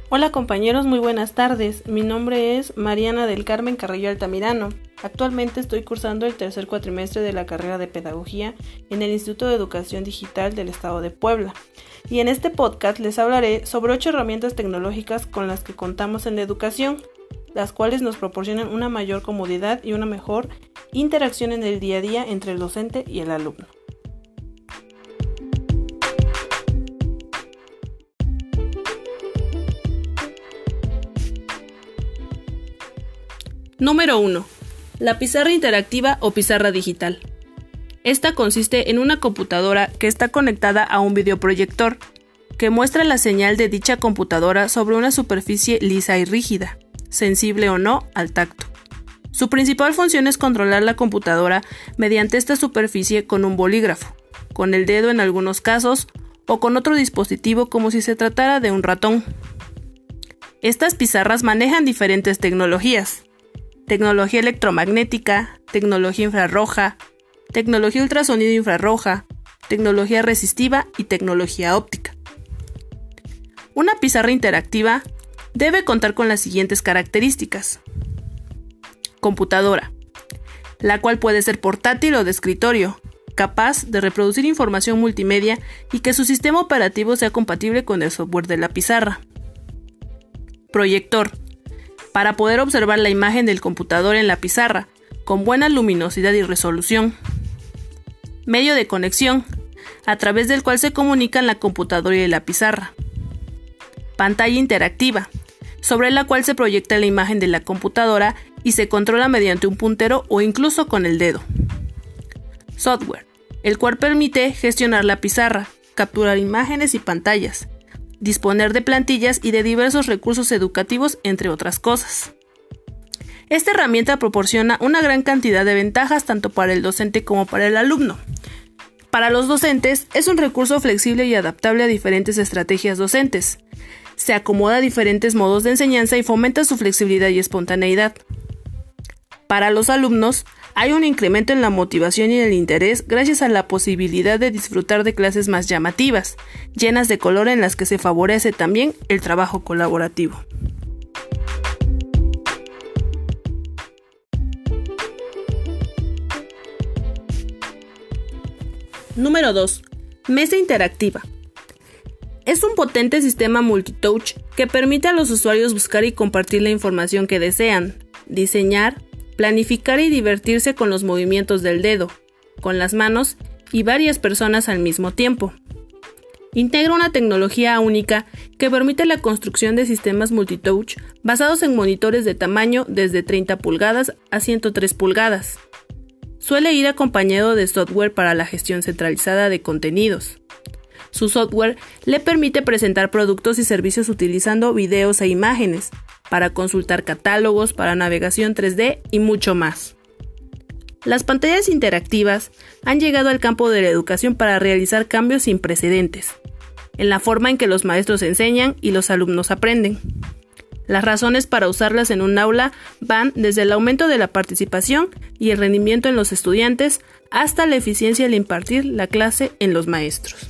Hola compañeros, muy buenas tardes. Mi nombre es Mariana del Carmen Carrillo Altamirano. Actualmente estoy cursando el tercer cuatrimestre de la carrera de Pedagogía en el Instituto de Educación Digital del Estado de Puebla. Y en este podcast les hablaré sobre 8 herramientas tecnológicas con las que contamos en la educación, las cuales nos proporcionan una mayor comodidad y una mejor interacción en el día a día entre el docente y el alumno. Número 1. La pizarra interactiva o pizarra digital. Esta consiste en una computadora que está conectada a un videoproyector, que muestra la señal de dicha computadora sobre una superficie lisa y rígida, sensible o no al tacto. Su principal función es controlar la computadora mediante esta superficie con un bolígrafo, con el dedo en algunos casos, o con otro dispositivo como si se tratara de un ratón. Estas pizarras manejan diferentes tecnologías: tecnología electromagnética, tecnología infrarroja, tecnología ultrasonido infrarroja, tecnología resistiva y tecnología óptica. Una pizarra interactiva debe contar con las siguientes características. Computadora, la cual puede ser portátil o de escritorio, capaz de reproducir información multimedia y que su sistema operativo sea compatible con el software de la pizarra. Proyector, para poder observar la imagen del computador en la pizarra, con buena luminosidad y resolución. Medio de conexión, a través del cual se comunican la computadora y la pizarra. Pantalla interactiva, sobre la cual se proyecta la imagen de la computadora y se controla mediante un puntero o incluso con el dedo. Software, el cual permite gestionar la pizarra, capturar imágenes y pantallas, disponer de plantillas y de diversos recursos educativos, entre otras cosas. Esta herramienta proporciona una gran cantidad de ventajas tanto para el docente como para el alumno. Para los docentes es un recurso flexible y adaptable a diferentes estrategias docentes. Se acomoda a diferentes modos de enseñanza y fomenta su flexibilidad y espontaneidad. Para los alumnos, hay un incremento en la motivación y el interés gracias a la posibilidad de disfrutar de clases más llamativas, llenas de color, en las que se favorece también el trabajo colaborativo. Número 2. Mesa interactiva. Es un potente sistema multitouch que permite a los usuarios buscar y compartir la información que desean, diseñar, planificar y divertirse con los movimientos del dedo, con las manos y varias personas al mismo tiempo. Integra una tecnología única que permite la construcción de sistemas multitouch basados en monitores de tamaño desde 30 pulgadas a 103 pulgadas. Suele ir acompañado de software para la gestión centralizada de contenidos. Su software le permite presentar productos y servicios utilizando videos e imágenes, para consultar catálogos, para navegación 3D y mucho más. Las pantallas interactivas han llegado al campo de la educación para realizar cambios sin precedentes en la forma en que los maestros enseñan y los alumnos aprenden. Las razones para usarlas en un aula van desde el aumento de la participación y el rendimiento en los estudiantes hasta la eficiencia al impartir la clase en los maestros.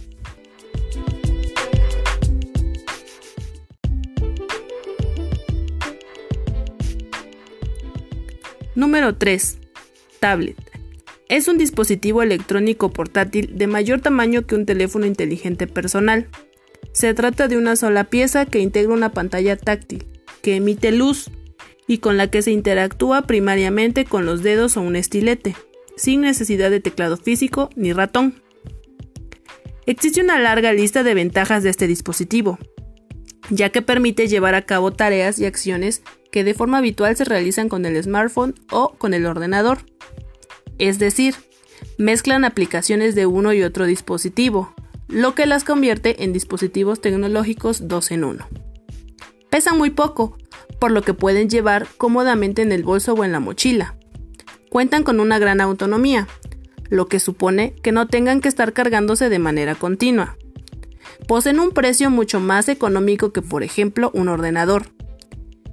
Número 3. Tablet. Es un dispositivo electrónico portátil de mayor tamaño que un teléfono inteligente personal. Se trata de una sola pieza que integra una pantalla táctil, que emite luz y con la que se interactúa primariamente con los dedos o un estilete, sin necesidad de teclado físico ni ratón. Existe una larga lista de ventajas de este dispositivo, ya que permite llevar a cabo tareas y acciones que de forma habitual se realizan con el smartphone o con el ordenador. Es decir, mezclan aplicaciones de uno y otro dispositivo, lo que las convierte en dispositivos tecnológicos 2 en 1. Pesan muy poco, por lo que pueden llevar cómodamente en el bolso o en la mochila. Cuentan con una gran autonomía, lo que supone que no tengan que estar cargándose de manera continua. Poseen un precio mucho más económico que, por ejemplo, un ordenador,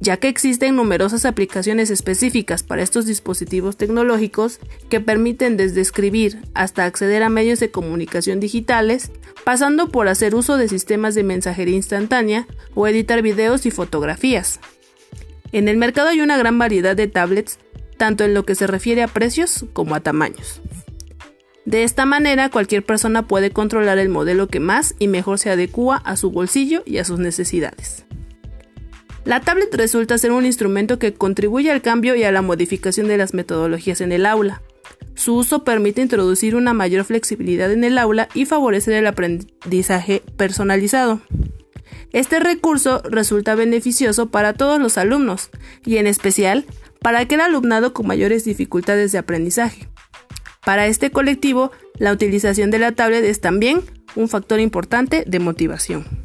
ya que existen numerosas aplicaciones específicas para estos dispositivos tecnológicos que permiten desde escribir hasta acceder a medios de comunicación digitales, pasando por hacer uso de sistemas de mensajería instantánea o editar videos y fotografías. En el mercado hay una gran variedad de tablets, tanto en lo que se refiere a precios como a tamaños. De esta manera, cualquier persona puede controlar el modelo que más y mejor se adecúa a su bolsillo y a sus necesidades. La tablet resulta ser un instrumento que contribuye al cambio y a la modificación de las metodologías en el aula. Su uso permite introducir una mayor flexibilidad en el aula y favorecer el aprendizaje personalizado. Este recurso resulta beneficioso para todos los alumnos, y en especial para aquel alumnado con mayores dificultades de aprendizaje. Para este colectivo, la utilización de la tablet es también un factor importante de motivación.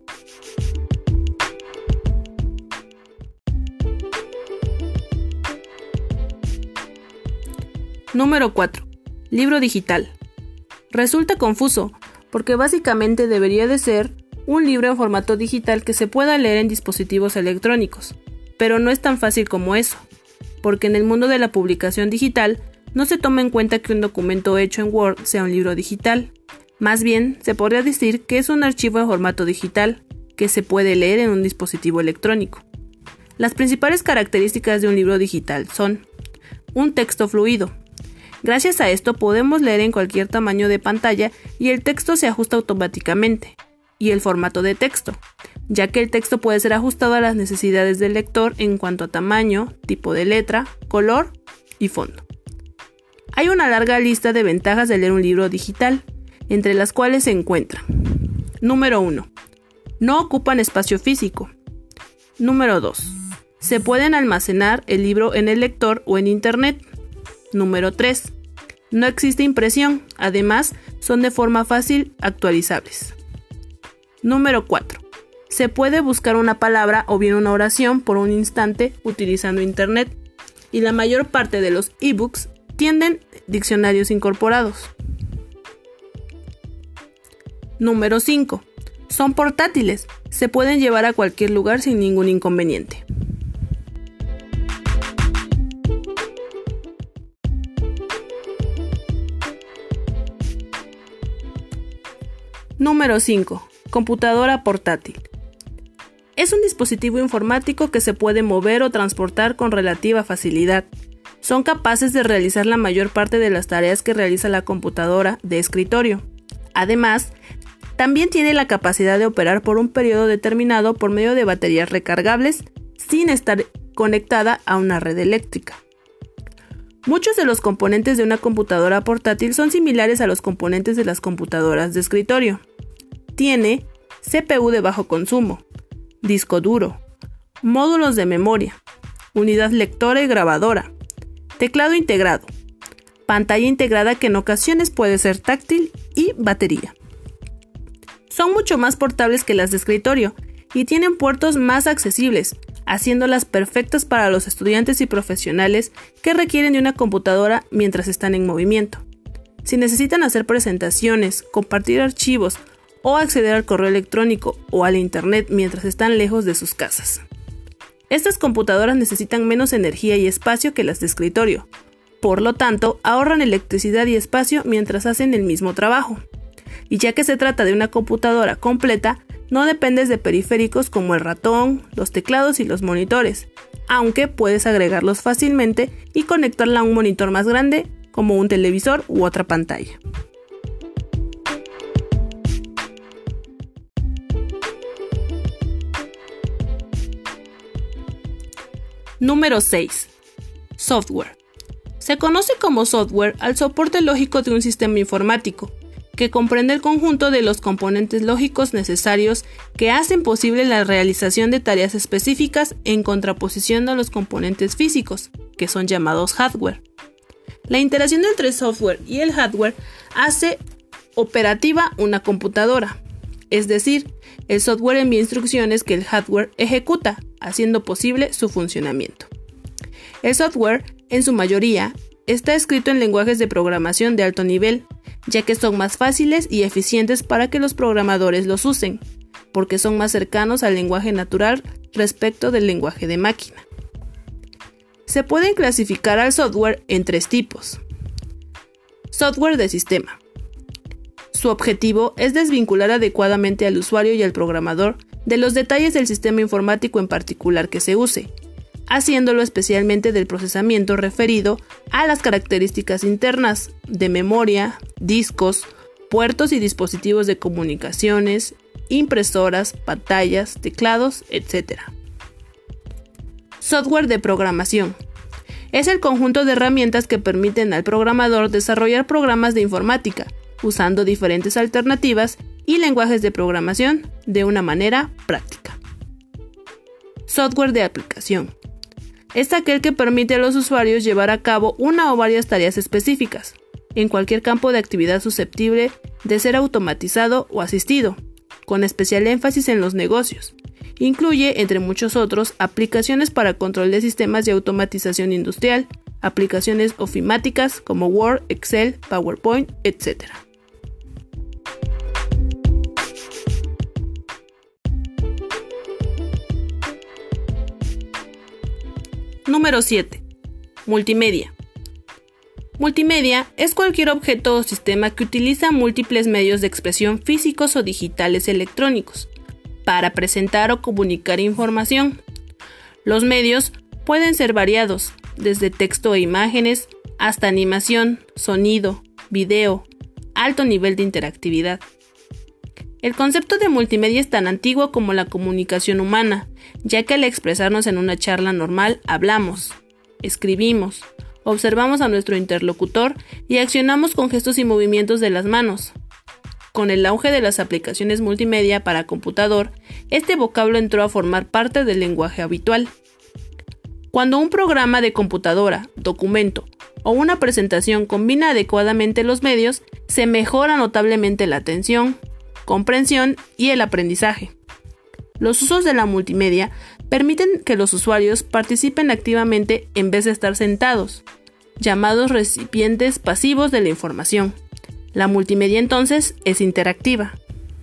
Número 4. Libro digital. Resulta confuso, porque básicamente debería de ser un libro en formato digital que se pueda leer en dispositivos electrónicos, pero no es tan fácil como eso, porque en el mundo de la publicación digital no se toma en cuenta que un documento hecho en Word sea un libro digital. Más bien, se podría decir que es un archivo en formato digital, que se puede leer en un dispositivo electrónico. Las principales características de un libro digital son: un texto fluido. Gracias a esto podemos leer en cualquier tamaño de pantalla y el texto se ajusta automáticamente. Y el formato de texto, ya que el texto puede ser ajustado a las necesidades del lector en cuanto a tamaño, tipo de letra, color y fondo. Hay una larga lista de ventajas de leer un libro digital, entre las cuales se encuentran: número 1. No ocupan espacio físico. Número 2. Se pueden almacenar el libro en el lector o en internet. Número 3. No existe impresión, además son de forma fácil actualizables. Número 4. Se puede buscar una palabra o bien una oración por un instante utilizando internet, y la mayor parte de los ebooks tienen diccionarios incorporados. Número 5. Son portátiles, se pueden llevar a cualquier lugar sin ningún inconveniente. Número 5. Computadora portátil. Es un dispositivo informático que se puede mover o transportar con relativa facilidad. Son capaces de realizar la mayor parte de las tareas que realiza la computadora de escritorio. Además, también tiene la capacidad de operar por un periodo determinado por medio de baterías recargables sin estar conectada a una red eléctrica. Muchos de los componentes de una computadora portátil son similares a los componentes de las computadoras de escritorio. Tiene CPU de bajo consumo, disco duro, módulos de memoria, unidad lectora y grabadora, teclado integrado, pantalla integrada que en ocasiones puede ser táctil y batería. Son mucho más portables que las de escritorio y tienen puertos más accesibles, haciéndolas perfectas para los estudiantes y profesionales que requieren de una computadora mientras están en movimiento. Si necesitan hacer presentaciones, compartir archivos o acceder al correo electrónico o al internet mientras están lejos de sus casas. Estas computadoras necesitan menos energía y espacio que las de escritorio, por lo tanto ahorran electricidad y espacio mientras hacen el mismo trabajo. Y ya que se trata de una computadora completa, no dependes de periféricos como el ratón, los teclados y los monitores, aunque puedes agregarlos fácilmente y conectarla a un monitor más grande como un televisor u otra pantalla. Número 6. Software. Se conoce como software al soporte lógico de un sistema informático, que comprende el conjunto de los componentes lógicos necesarios que hacen posible la realización de tareas específicas en contraposición a los componentes físicos, que son llamados hardware. La interacción entre el software y el hardware hace operativa una computadora, es decir, el software envía instrucciones que el hardware ejecuta, haciendo posible su funcionamiento. El software, en su mayoría, está escrito en lenguajes de programación de alto nivel, ya que son más fáciles y eficientes para que los programadores los usen, porque son más cercanos al lenguaje natural respecto del lenguaje de máquina. Se pueden clasificar al software en 3 tipos. Software de sistema. Su objetivo es desvincular adecuadamente al usuario y al programador de los detalles del sistema informático en particular que se use, haciéndolo especialmente del procesamiento referido a las características internas de memoria, discos, puertos y dispositivos de comunicaciones, impresoras, pantallas, teclados, etc. Software de programación. Es el conjunto de herramientas que permiten al programador desarrollar programas de informática, usando diferentes alternativas y lenguajes de programación de una manera práctica. Software de aplicación. Es aquel que permite a los usuarios llevar a cabo una o varias tareas específicas, en cualquier campo de actividad susceptible de ser automatizado o asistido, con especial énfasis en los negocios. Incluye, entre muchos otros, aplicaciones para control de sistemas de automatización industrial, aplicaciones ofimáticas como Word, Excel, PowerPoint, etc. Número 7. Multimedia. Multimedia es cualquier objeto o sistema que utiliza múltiples medios de expresión físicos o digitales electrónicos para presentar o comunicar información. Los medios pueden ser variados, desde texto e imágenes hasta animación, sonido, video, alto nivel de interactividad. El concepto de multimedia es tan antiguo como la comunicación humana, ya que al expresarnos en una charla normal hablamos, escribimos, observamos a nuestro interlocutor y accionamos con gestos y movimientos de las manos. Con el auge de las aplicaciones multimedia para computador, este vocablo entró a formar parte del lenguaje habitual. Cuando un programa de computadora, documento o una presentación combina adecuadamente los medios, se mejora notablemente la atención, comprensión y el aprendizaje. Los usos de la multimedia permiten que los usuarios participen activamente en vez de estar sentados, llamados recipientes pasivos de la información. La multimedia entonces es interactiva.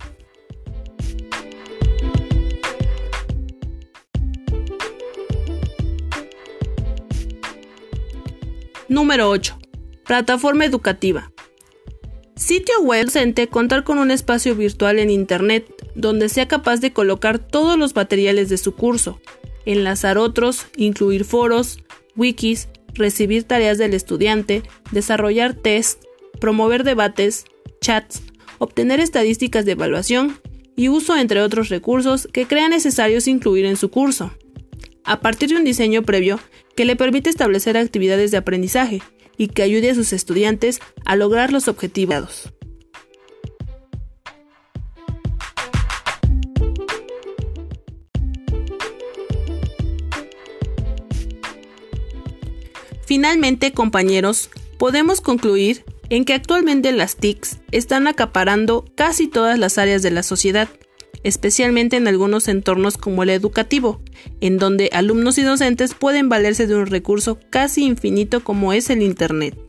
Número 8. Plataforma educativa. Sitio web docente contar con un espacio virtual en Internet donde sea capaz de colocar todos los materiales de su curso, enlazar otros, incluir foros, wikis, recibir tareas del estudiante, desarrollar tests, promover debates, chats, obtener estadísticas de evaluación y uso entre otros recursos que crea necesarios incluir en su curso, a partir de un diseño previo que le permite establecer actividades de aprendizaje y que ayude a sus estudiantes a lograr los objetivos. Finalmente, compañeros, podemos concluir en que actualmente las TICs están acaparando casi todas las áreas de la sociedad, especialmente en algunos entornos como el educativo, en donde alumnos y docentes pueden valerse de un recurso casi infinito como es el Internet.